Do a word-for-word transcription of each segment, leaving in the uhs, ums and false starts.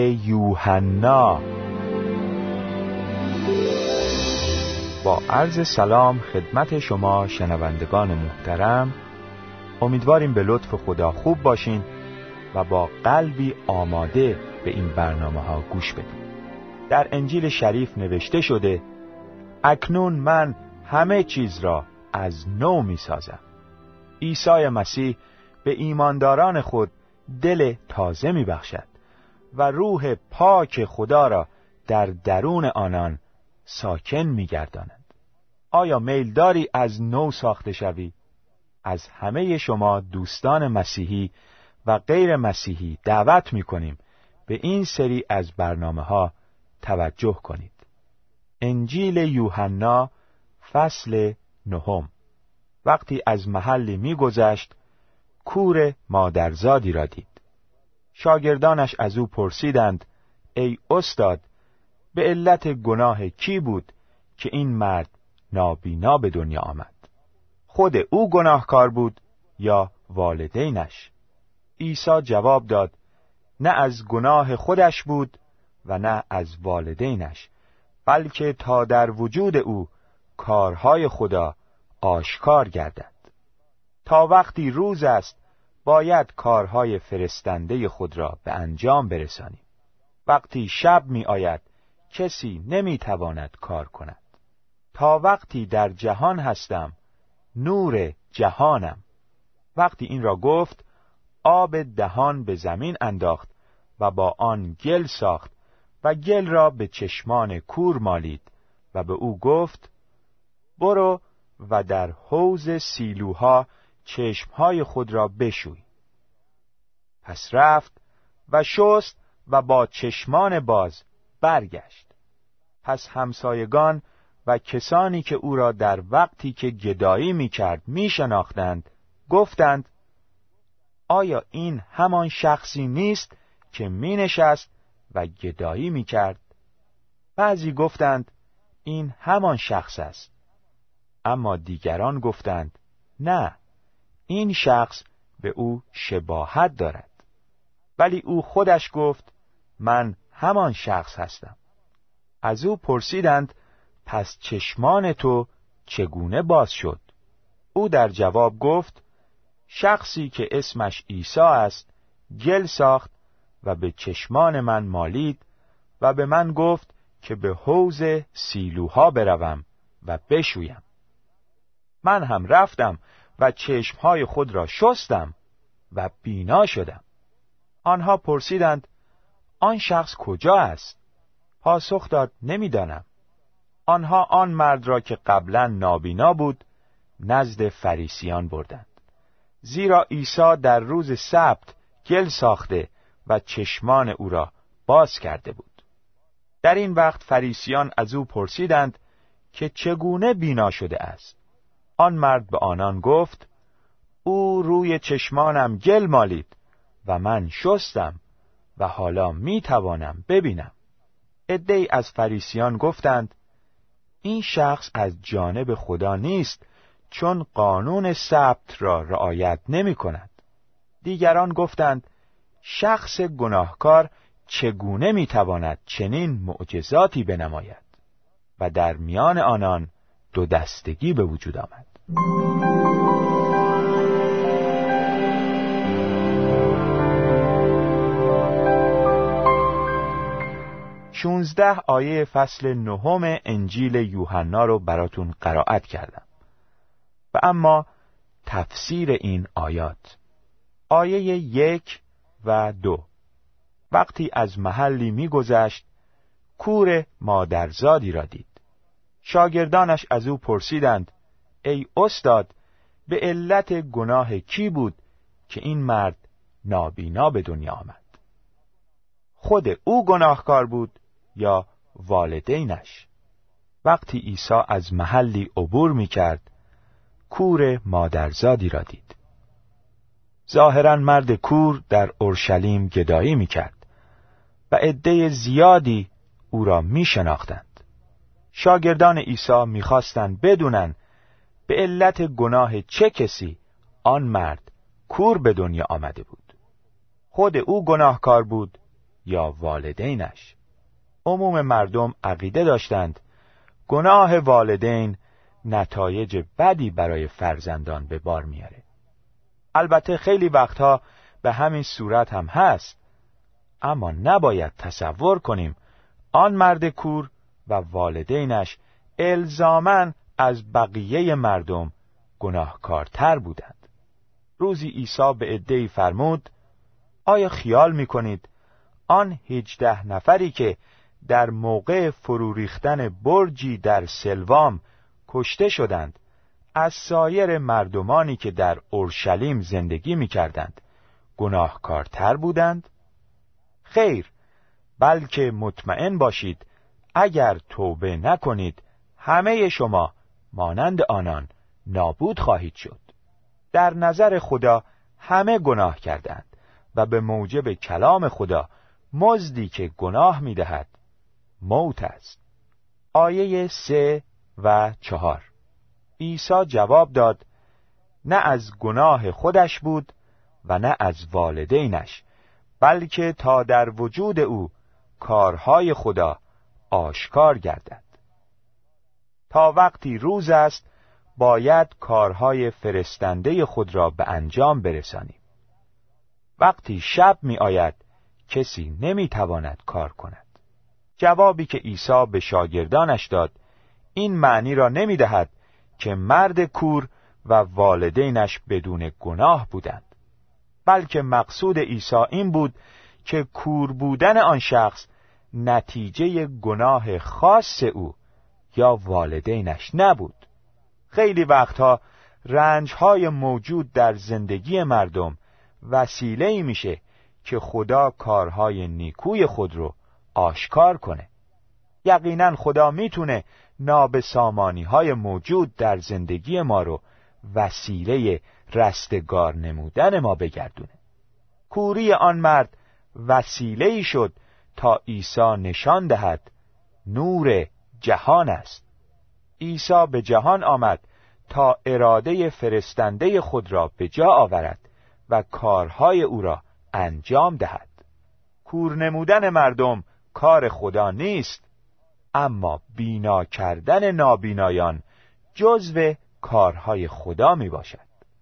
یوحنا. با عرض سلام خدمت شما شنوندگان محترم، امیدواریم به لطف خدا خوب باشین و با قلبی آماده به این برنامه ها گوش بدین. در انجیل شریف نوشته شده: اکنون من همه چیز را از نو می سازم. عیسی مسیح به ایمانداران خود دل تازه می بخشد و روح پاک خدا را در درون آنان ساکن می گرداند. آیا میل داری از نو ساخته شوی؟ از همه شما دوستان مسیحی و غیر مسیحی دعوت می کنیم به این سری از برنامه ها توجه کنید. انجیل یوحنا فصل نهم. وقتی از محلی می گذشت، کور مادرزادی را دید. شاگردانش از او پرسیدند: ای استاد، به علت گناه کی بود که این مرد نابینا به دنیا آمد؟ خود او گناهکار بود یا والدینش؟ عیسی جواب داد: نه از گناه خودش بود و نه از والدینش، بلکه تا در وجود او کارهای خدا آشکار گردد. تا وقتی روز است باید کارهای فرستنده خود را به انجام برسانیم. وقتی شب می آید کسی نمی تواند کار کند. تا وقتی در جهان هستم نور جهانم. وقتی این را گفت، آب دهان به زمین انداخت و با آن گل ساخت و گل را به چشمان کور مالید و به او گفت: برو و در حوض سیلوها چشمهای خود را بشوی. پس رفت و شست و با چشمان باز برگشت. پس همسایگان و کسانی که او را در وقتی که گدایی می کرد می شناختند گفتند: آیا این همان شخصی نیست که می نشست و گدایی می کرد؟ بعضی گفتند: این همان شخص است. اما دیگران گفتند: نه، این شخص به او شباهت دارد. ولی او خودش گفت: من همان شخص هستم. از او پرسیدند: پس چشمان تو چگونه باز شد؟ او در جواب گفت: شخصی که اسمش عیسی است گل ساخت و به چشمان من مالید و به من گفت که به حوض سیلوها بروم و بشویم. من هم رفتم و چشمهای خود را شستم و بینا شدم. آنها پرسیدند: آن شخص کجا است؟ پاسخ داد: نمیدانم. آنها آن مرد را که قبلا نابینا بود نزد فریسیان بردند، زیرا عیسی در روز سبت گل ساخته و چشمان او را باز کرده بود. در این وقت فریسیان از او پرسیدند که چگونه بینا شده است. آن مرد به آنان گفت: او روی چشمانم گل مالید و من شستم و حالا می توانم ببینم. عده‌ای از فریسیان گفتند: این شخص از جانب خدا نیست، چون قانون سبت را رعایت نمی کند. دیگران گفتند: شخص گناهکار چگونه می تواند چنین معجزاتی بنماید؟ و در میان آنان دو دستگی به وجود آمد. شونزده آیه فصل نهم انجیل یوحنا رو براتون قرائت کردم. و اما تفسیر این آیات: آیه یک و دو. وقتی از محلی می گذشت کور مادرزادی را دید. شاگردانش از او پرسیدند: ای استاد، به علت گناه کی بود که این مرد نابینا به دنیا آمد؟ خود او گناهکار بود یا والدینش؟ وقتی عیسی از محلی عبور می کرد کور مادرزادی را دید. ظاهراً مرد کور در اورشلیم گدایی می کرد و عده زیادی او را می شناختند. شاگردان عیسی می خواستند بدونند به علت گناه چه کسی آن مرد کور به دنیا آمده بود. خود او گناهکار بود یا والدینش. عموم مردم عقیده داشتند گناه والدین نتایج بدی برای فرزندان به بار میاره. البته خیلی وقتها به همین صورت هم هست، اما نباید تصور کنیم آن مرد کور و والدینش الزاماً از بقیه مردم گناهکارتر بودند. روزی عیسی به عده‌ای فرمود: آیا خیال می‌کنید آن هجده نفری که در موقع فرو ریختن برجی در سلوام کشته شدند از سایر مردمانی که در اورشلیم زندگی می‌کردند گناهکارتر بودند؟ خیر، بلکه مطمئن باشید اگر توبه نکنید همه شما مانند آنان نابود خواهید شد. در نظر خدا همه گناه کردند و به موجب کلام خدا مزدی که گناه می‌دهد موت است. آیه سه و چهار. عیسی جواب داد: نه از گناه خودش بود و نه از والدینش، بلکه تا در وجود او کارهای خدا آشکار گردد. تا وقتی روز است باید کارهای فرستنده خود را به انجام برسانیم. وقتی شب می آید کسی نمی تواند کار کند. جوابی که عیسی به شاگردانش داد این معنی را نمی دهد که مرد کور و والدینش بدون گناه بودند، بلکه مقصود عیسی این بود که کور بودن آن شخص نتیجه گناه خاص او یا والدینش نبود. خیلی وقتها رنج‌های موجود در زندگی مردم وسیله‌ای میشه که خدا کارهای نیکوی خود رو آشکار کنه. یقینا خدا میتونه نابسامانی‌های موجود در زندگی ما رو وسیله رستگار نمودن ما بگردونه. کوری آن مرد وسیله‌ای شد تا عیسی نشان دهد نور جهان است. عیسی به جهان آمد تا اراده فرستنده خود را به جا آورد و کارهای او را انجام دهد. کور نمودن مردم کار خدا نیست، اما بینا کردن نابینایان جزو کارهای خدا می باشد.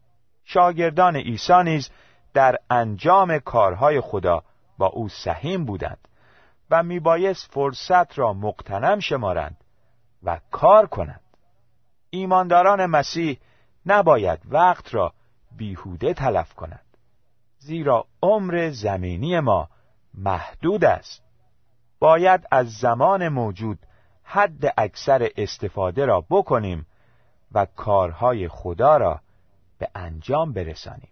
شاگردان عیسی نیز در انجام کارهای خدا با او سهیم بودند و می بایست فرصت را مغتنم شمارند و کار کنند. ایمانداران مسیح نباید وقت را بیهوده تلف کنند، زیرا عمر زمینی ما محدود است. باید از زمان موجود حد اکثر استفاده را بکنیم و کارهای خدا را به انجام برسانیم.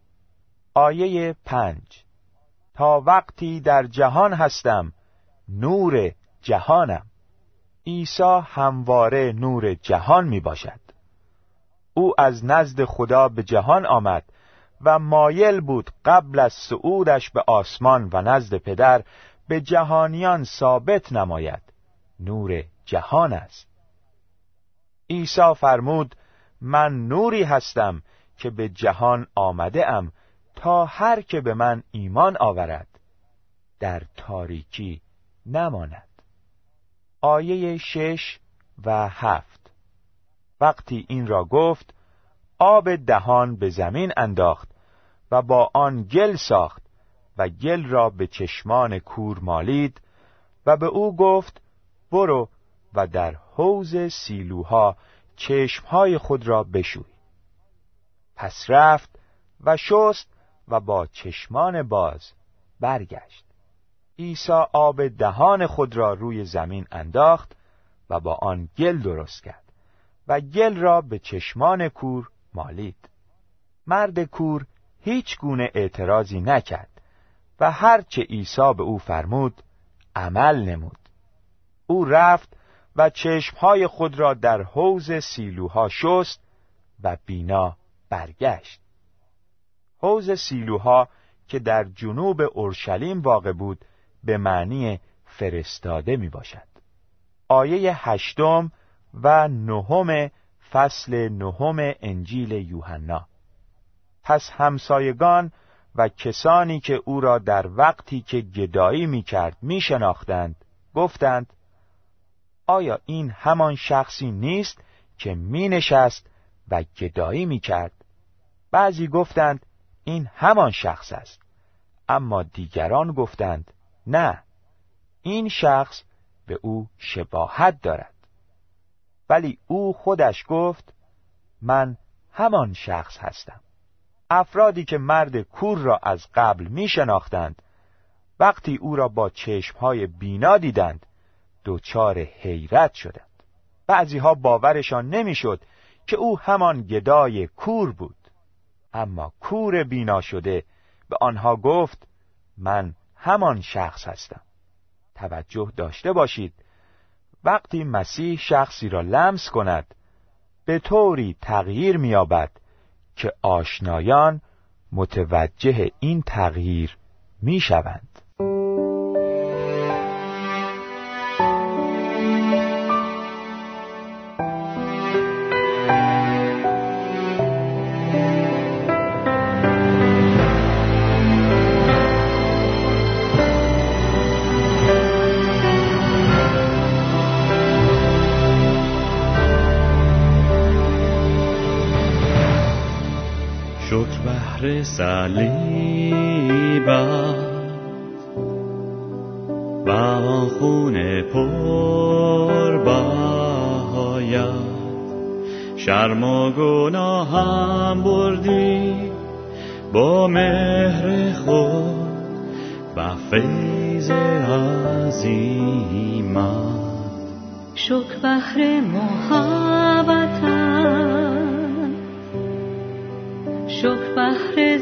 آیه پنج: تا وقتی در جهان هستم نور جهانم. عیسی همواره نور جهان می باشد. او از نزد خدا به جهان آمد و مایل بود قبل از صعودش به آسمان و نزد پدر به جهانیان ثابت نماید نور جهان است. عیسی فرمود: من نوری هستم که به جهان آمده ام تا هر که به من ایمان آورد در تاریکی نماند. آیه شش و هفت. وقتی این را گفت آب دهان به زمین انداخت و با آن گل ساخت و گل را به چشمان کور مالید و به او گفت برو و در حوض سیلوها چشمهای خود را بشوی. پس رفت و شست و با چشمان باز برگشت. عیسی آب دهان خود را روی زمین انداخت و با آن گل درست کرد و گل را به چشمان کور مالید. مرد کور هیچ گونه اعتراضی نکرد و هرچه عیسی به او فرمود عمل نمود. او رفت و چشمهای خود را در حوض سیلوها شست و بینا برگشت. حوض سیلوها که در جنوب اورشلیم واقع بود به معنی فرستاده می باشد. آیه هشتم و نهم فصل نهم انجیل یوحنا. پس همسایگان و کسانی که او را در وقتی که گدایی می‌کرد می‌شناختند گفتند: آیا این همان شخصی نیست که می‌نشست و گدایی می‌کرد؟ بعضی گفتند این همان شخص است، اما دیگران گفتند نه، این شخص به او شباهت دارد. ولی او خودش گفت من همان شخص هستم. افرادی که مرد کور را از قبل می شناختند وقتی او را با چشمهای بینا دیدند دچار حیرت شدند. بعضی ها باورشان نمی شد که او همان گدای کور بود، اما کور بینا شده به آنها گفت من همان شخص هستم. توجه داشته باشید، وقتی مسیح شخصی را لمس کند به طوری تغییر می‌یابد که آشنایان متوجه این تغییر می‌شوند. شکر بهر صلیبت و آن خون پر بهایت، شرم و گناهم بردی با مهر خود و فیض عظیمت. شکر بهر محبتت، شکر بهر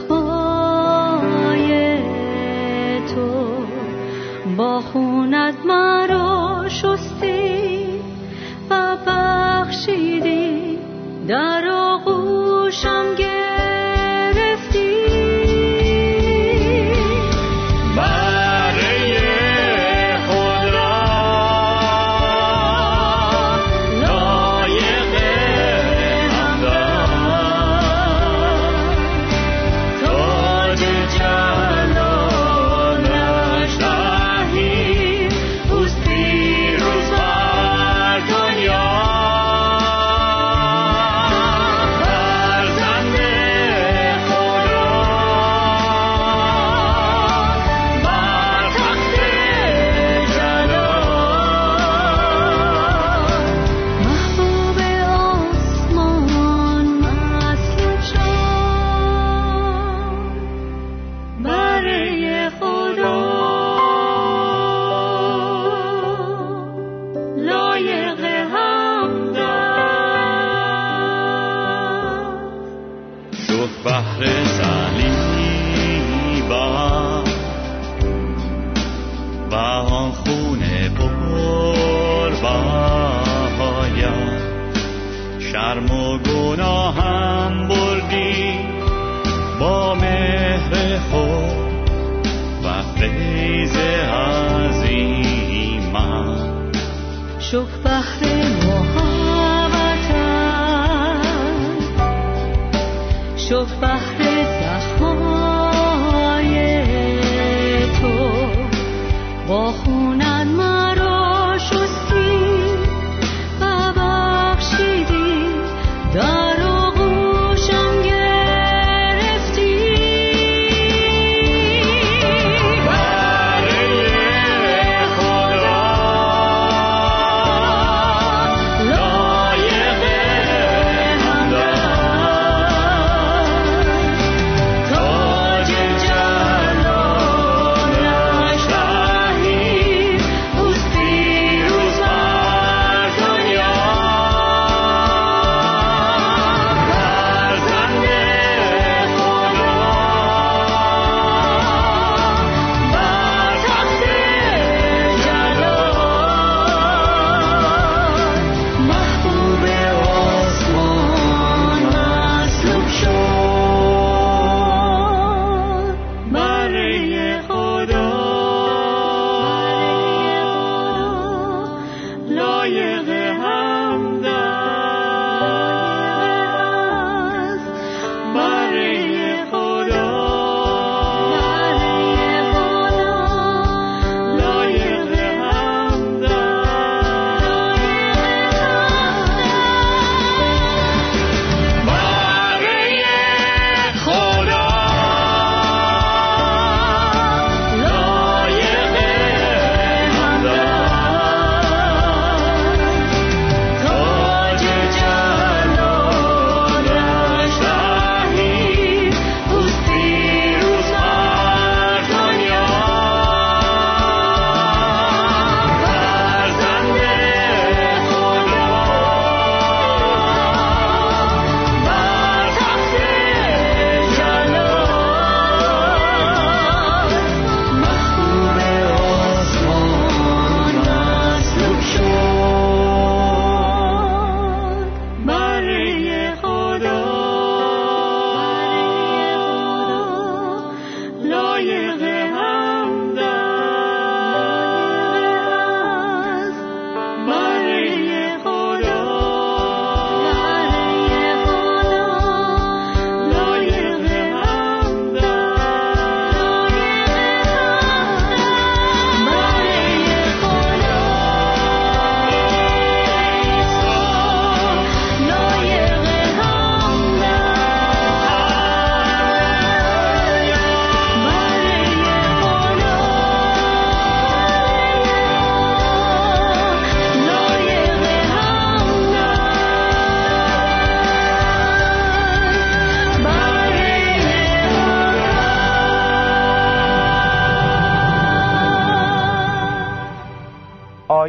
زخمای تو، با خونت مرا شستی و بخشیدی، در آغوشم گرفتی. برای خدا لایق حمدم، تاج جلالش دهیم، اوست پیروز بر دنیا. فرزند خدا بر تخت جلال، محبوب آسمان مسلوب شد، برای خدا لایق حمد است. شکر بهر صلیبت و آن خون پر بهایت، شرم و گناهم بردی با مهر خود و فیض عظیمت. شکر بهر محبتت، شکر بهر زخمای تو، با خونت مرا شستی و بخشیدی، در آغوشم گرفتی. برای خدا لایق حمدم،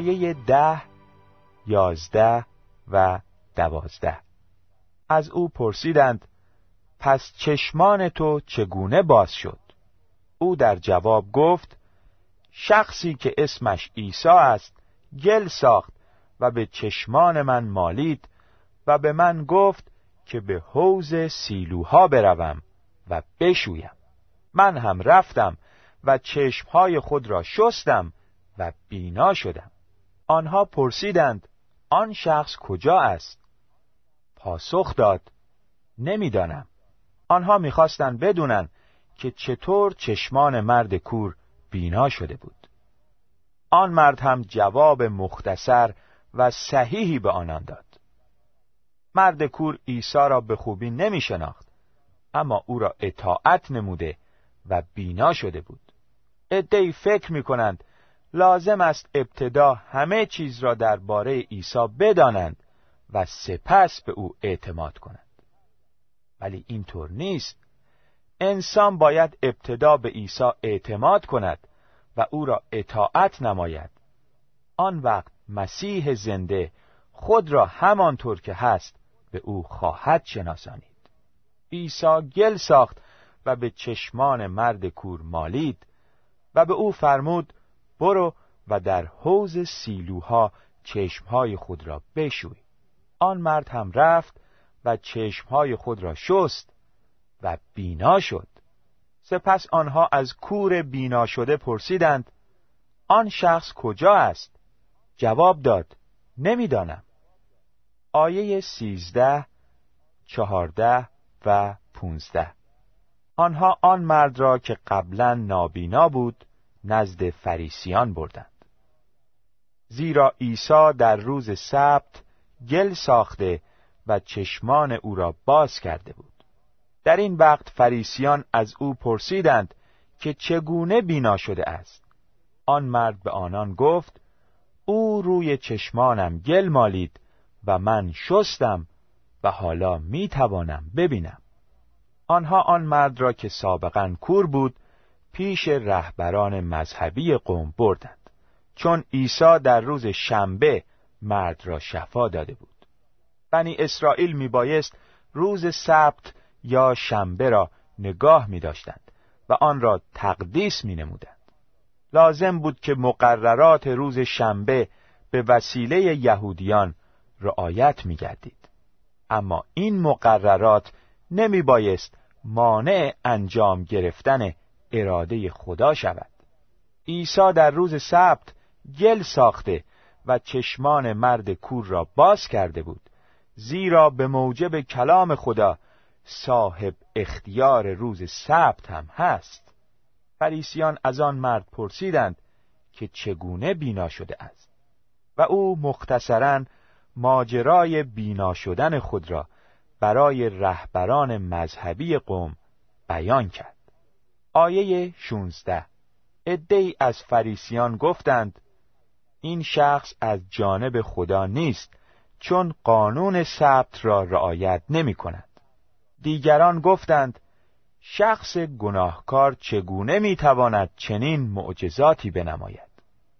آیه ده، یازده و دوازده. از او پرسیدند: پس چشمان تو چگونه باز شد؟ او در جواب گفت: شخصی که اسمش عیسی است گل ساخت و به چشمان من مالید و به من گفت که به حوض سیلوها بروم و بشویم. من هم رفتم و چشمهای خود را شستم و بینا شدم. آنها پرسیدند: آن شخص کجا است؟ پاسخ داد: نمیدانم. آنها میخواستند بدونن که چطور چشمان مرد کور بینا شده بود. آن مرد هم جواب مختصر و صحیحی به آنان داد. مرد کور عیسی را به خوبی نمی شناخت، اما او را اطاعت نموده و بینا شده بود. عده‌ای فکر می کنند لازم است ابتدا همه چیز را درباره عیسی بدانند و سپس به او اعتماد کنند. ولی اینطور نیست. انسان باید ابتدا به عیسی اعتماد کند و او را اطاعت نماید. آن وقت مسیح زنده خود را همانطور که هست به او خواهد شناسانید. عیسی گل ساخت و به چشمان مرد کور مالید و به او فرمود: برو و در حوض سیلوها چشمهای خود را بشوی. آن مرد هم رفت و چشمهای خود را شست و بینا شد. سپس آنها از کور بینا شده پرسیدند: آن شخص کجا است؟ جواب داد: نمیدانم. آیه سیزده، چهارده و پونزده. آنها آن مرد را که قبلا نابینا بود نزد فریسیان بردند، زیرا عیسی در روز سبت گل ساخته و چشمان او را باز کرده بود. در این وقت فریسیان از او پرسیدند که چگونه بینا شده است. آن مرد به آنان گفت: او روی چشمانم گل مالید و من شستم و حالا می توانم ببینم. آنها آن مرد را که سابقاً کور بود پیش رهبران مذهبی قوم بردند، چون عیسی در روز شنبه مرد را شفا داده بود. بنی اسرائیل می بایست روز سبت یا شنبه را نگاه می داشتند و آن را تقدیس می نمودند. لازم بود که مقررات روز شنبه به وسیله یهودیان رعایت می گردید. اما این مقررات نمی بایست مانع انجام گرفتن اراده خدا شود. عیسی در روز سبت گل ساخته و چشمان مرد کور را باز کرده بود، زیرا به موجب کلام خدا صاحب اختیار روز سبت هم هست. فریسیان از آن مرد پرسیدند که چگونه بینا شده است و او مختصراً ماجرای بینا شدن خود را برای رهبران مذهبی قوم بیان کرد. آیه شانزده. عده‌ای از فریسیان گفتند: این شخص از جانب خدا نیست، چون قانون سبت را رعایت نمی کند. دیگران گفتند: شخص گناهکار چگونه می تواند چنین معجزاتی بنماید؟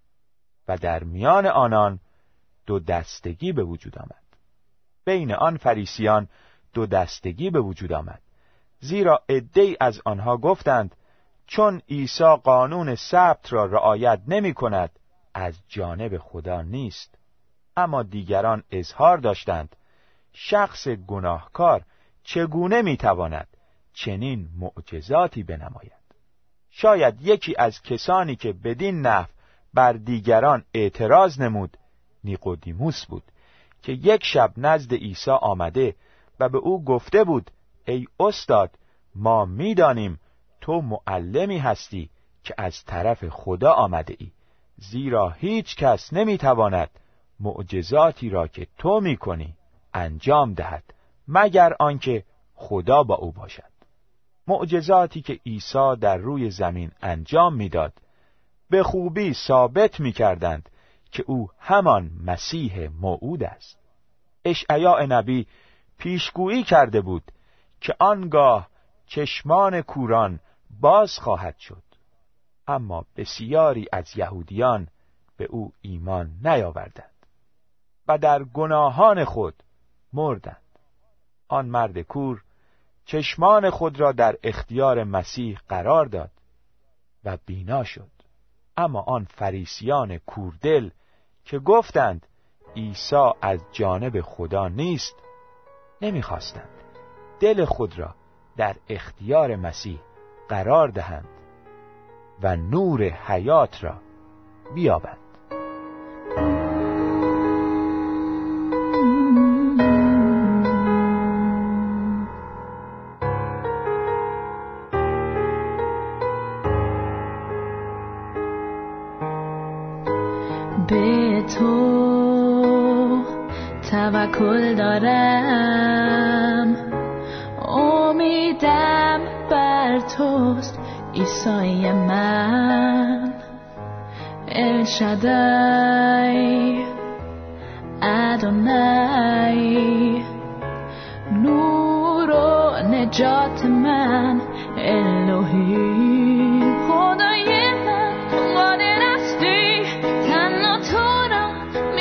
و در میان آنان دو دستگی به وجود آمد. بین آن فریسیان دو دستگی به وجود آمد، زیرا عده‌ای از آنها گفتند: چون عیسی قانون سبت را رعایت نمی کند از جانب خدا نیست. اما دیگران اظهار داشتند: شخص گناهکار چگونه می تواند چنین معجزاتی بنماید؟ شاید یکی از کسانی که بدین نحو بر دیگران اعتراض نمود نیقودیموس بود که یک شب نزد عیسی آمده و به او گفته بود: ای استاد، ما می‌دانیم تو معلمی هستی که از طرف خدا آمده ای، زیرا هیچ کس نمی‌تواند معجزاتی را که تو می‌کنی انجام دهد مگر آنکه خدا با او باشد. معجزاتی که عیسی در روی زمین انجام می‌داد به خوبی ثابت می‌کردند که او همان مسیح موعود است. اشعیا نبی پیشگویی کرده بود که آنگاه چشمان کوران باز خواهد شد. اما بسیاری از یهودیان به او ایمان نیاوردند و در گناهان خود مردند. آن مرد کور چشمان خود را در اختیار مسیح قرار داد و بینا شد. اما آن فریسیان کوردل که گفتند عیسی از جانب خدا نیست، نمیخواستند دل خود را در اختیار مسیح قرار دهند و نور حیات را بیابند. به تو توکل دارم، امیدم بر توست عیسی من. الشدای ادونای، نور و نجات من الهی. خدای من قادر هستی، تنها تو را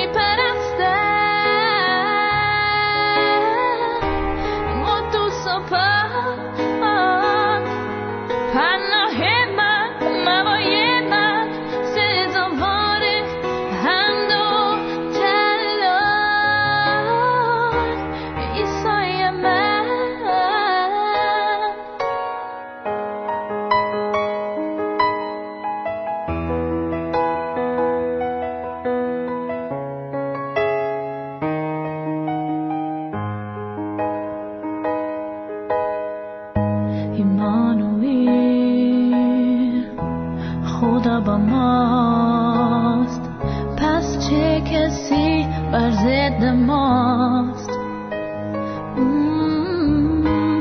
میپرستم. قدوس و پاک پناه من، موای من، سزاوار حمد و جلال عیسی من. ایمانوئیل، خدا با ماست، پس چه کسی بر ضد ماست؟ مم،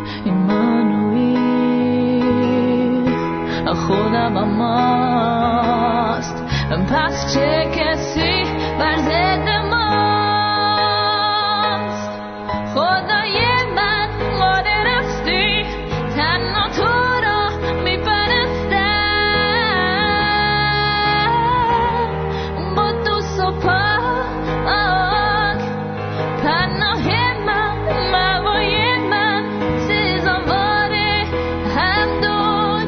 ایمانوئیل، خدا با ماست، پس چه کسی بر ضد ماست؟ خدای من قادر هستی، تنها تو را میپرستم. قدوس و پاک پناه من، موای من، سزاوار حمد و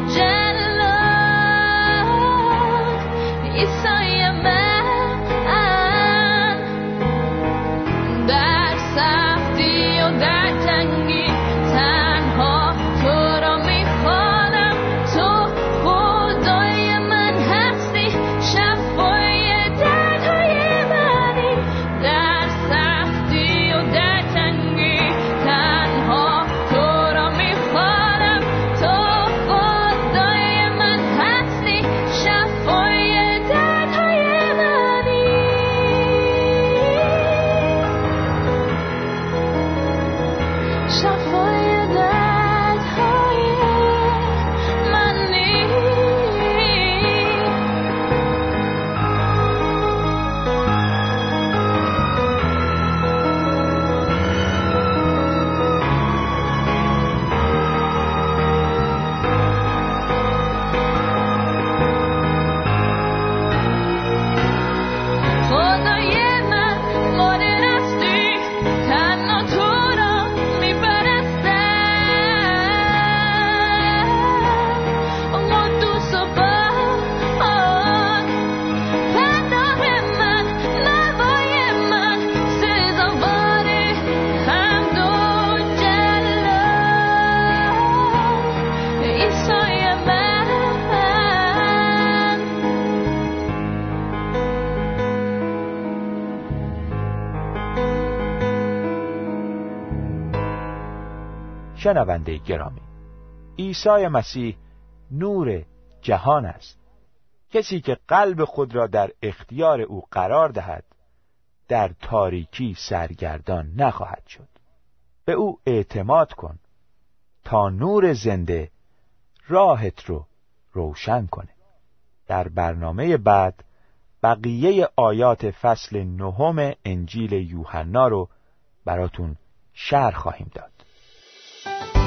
جلال عیسی من. در سختی و در تنگی تنها تو را میخوانم. تو خدای من هستی، شفای دردهای منی. در سختی و در تنگی تنها تو را میخوانم. تو خدای من هستی، شفای دردهای منی. شفای دردهای منی. خدای من قادر هستی، تنها تو را میپرستم. قدوس و پاک پناه من، موای من، سزاوار حمد و جلال عیسی من. شنونده گرامی، عیسی مسیح نور جهان است. کسی که قلب خود را در اختیار او قرار دهد در تاریکی سرگردان نخواهد شد. به او اعتماد کن تا نور زنده راهت رو روشن کنه. در برنامه بعد بقیه آیات فصل نهم انجیل یوحنا رو براتون شرح خواهیم داد.